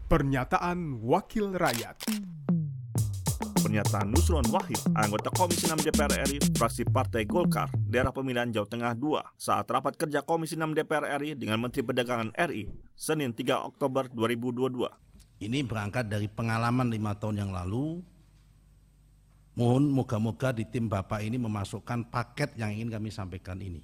Pernyataan Wakil Rakyat. Pernyataan Nusron Wahid, anggota Komisi 6 DPR RI, fraksi Partai Golkar, daerah pemilihan Jawa Tengah 2, saat rapat kerja Komisi 6 DPR RI dengan Menteri Perdagangan RI, Senin 3 Oktober 2022. Ini berangkat dari pengalaman 5 tahun yang lalu. Mohon moga-moga di tim Bapak ini memasukkan paket yang ingin kami sampaikan ini.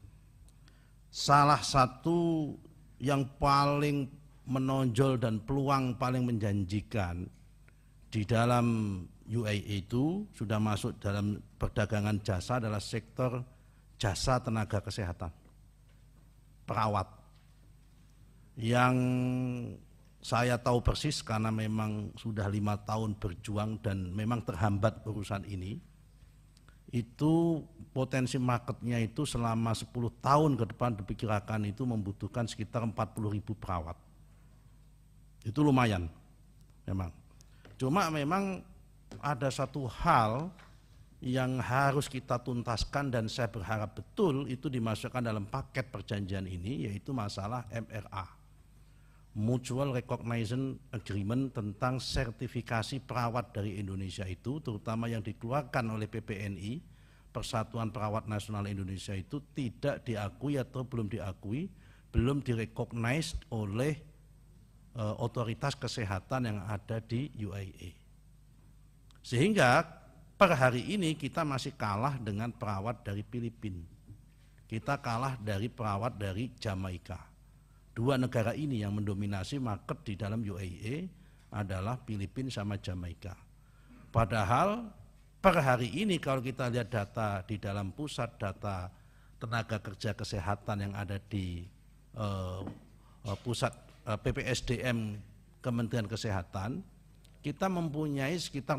Salah satu yang paling menonjol dan peluang paling menjanjikan di dalam UAE itu sudah masuk dalam perdagangan jasa adalah sektor jasa tenaga kesehatan, perawat. Yang saya tahu persis karena memang sudah 5 tahun berjuang dan memang terhambat urusan ini, itu potensi marketnya itu selama 10 tahun ke depan diperkirakan itu membutuhkan sekitar 40.000 perawat. Itu lumayan memang. Cuma memang ada satu hal yang harus kita tuntaskan dan saya berharap betul itu dimasukkan dalam paket perjanjian ini, yaitu masalah MRA, Mutual Recognition Agreement, tentang sertifikasi perawat dari Indonesia itu, terutama yang dikeluarkan oleh PPNI, Persatuan Perawat Nasional Indonesia, itu tidak diakui atau belum diakui, belum direcognize oleh otoritas kesehatan yang ada di UAE. Sehingga per hari ini kita masih kalah dengan perawat dari Filipina. Kita kalah dari perawat dari Jamaika. Dua negara ini yang mendominasi market di dalam UAE adalah Filipina sama Jamaika. Padahal per hari ini kalau kita lihat data di dalam pusat data tenaga kerja kesehatan yang ada di pusat PPSDM Kementerian Kesehatan, kita mempunyai sekitar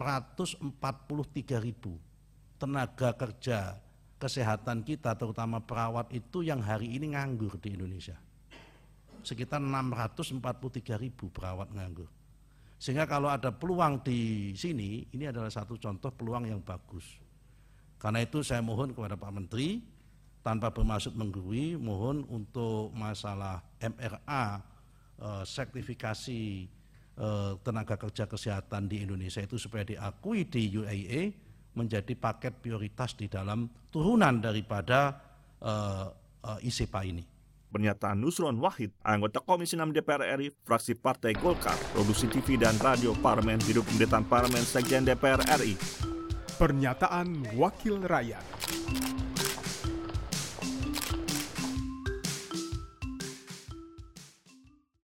643.000 tenaga kerja kesehatan kita, terutama perawat itu yang hari ini nganggur di Indonesia. Sekitar 643.000 perawat nganggur. Sehingga kalau ada peluang di sini, ini adalah satu contoh peluang yang bagus. Karena itu saya mohon kepada Pak Menteri, tanpa bermaksud menggurui, mohon untuk masalah MRA, sertifikasi tenaga kerja kesehatan di Indonesia itu supaya diakui di UAE menjadi paket prioritas di dalam turunan daripada ISEPA ini. Pernyataan Nusron Wahid, anggota Komisi 6 DPR RI, fraksi Partai Golkar, produksi TV dan radio Parlemen, Biro Pemberitaan Parlemen, Sekjen DPR RI. Pernyataan Wakil Rakyat.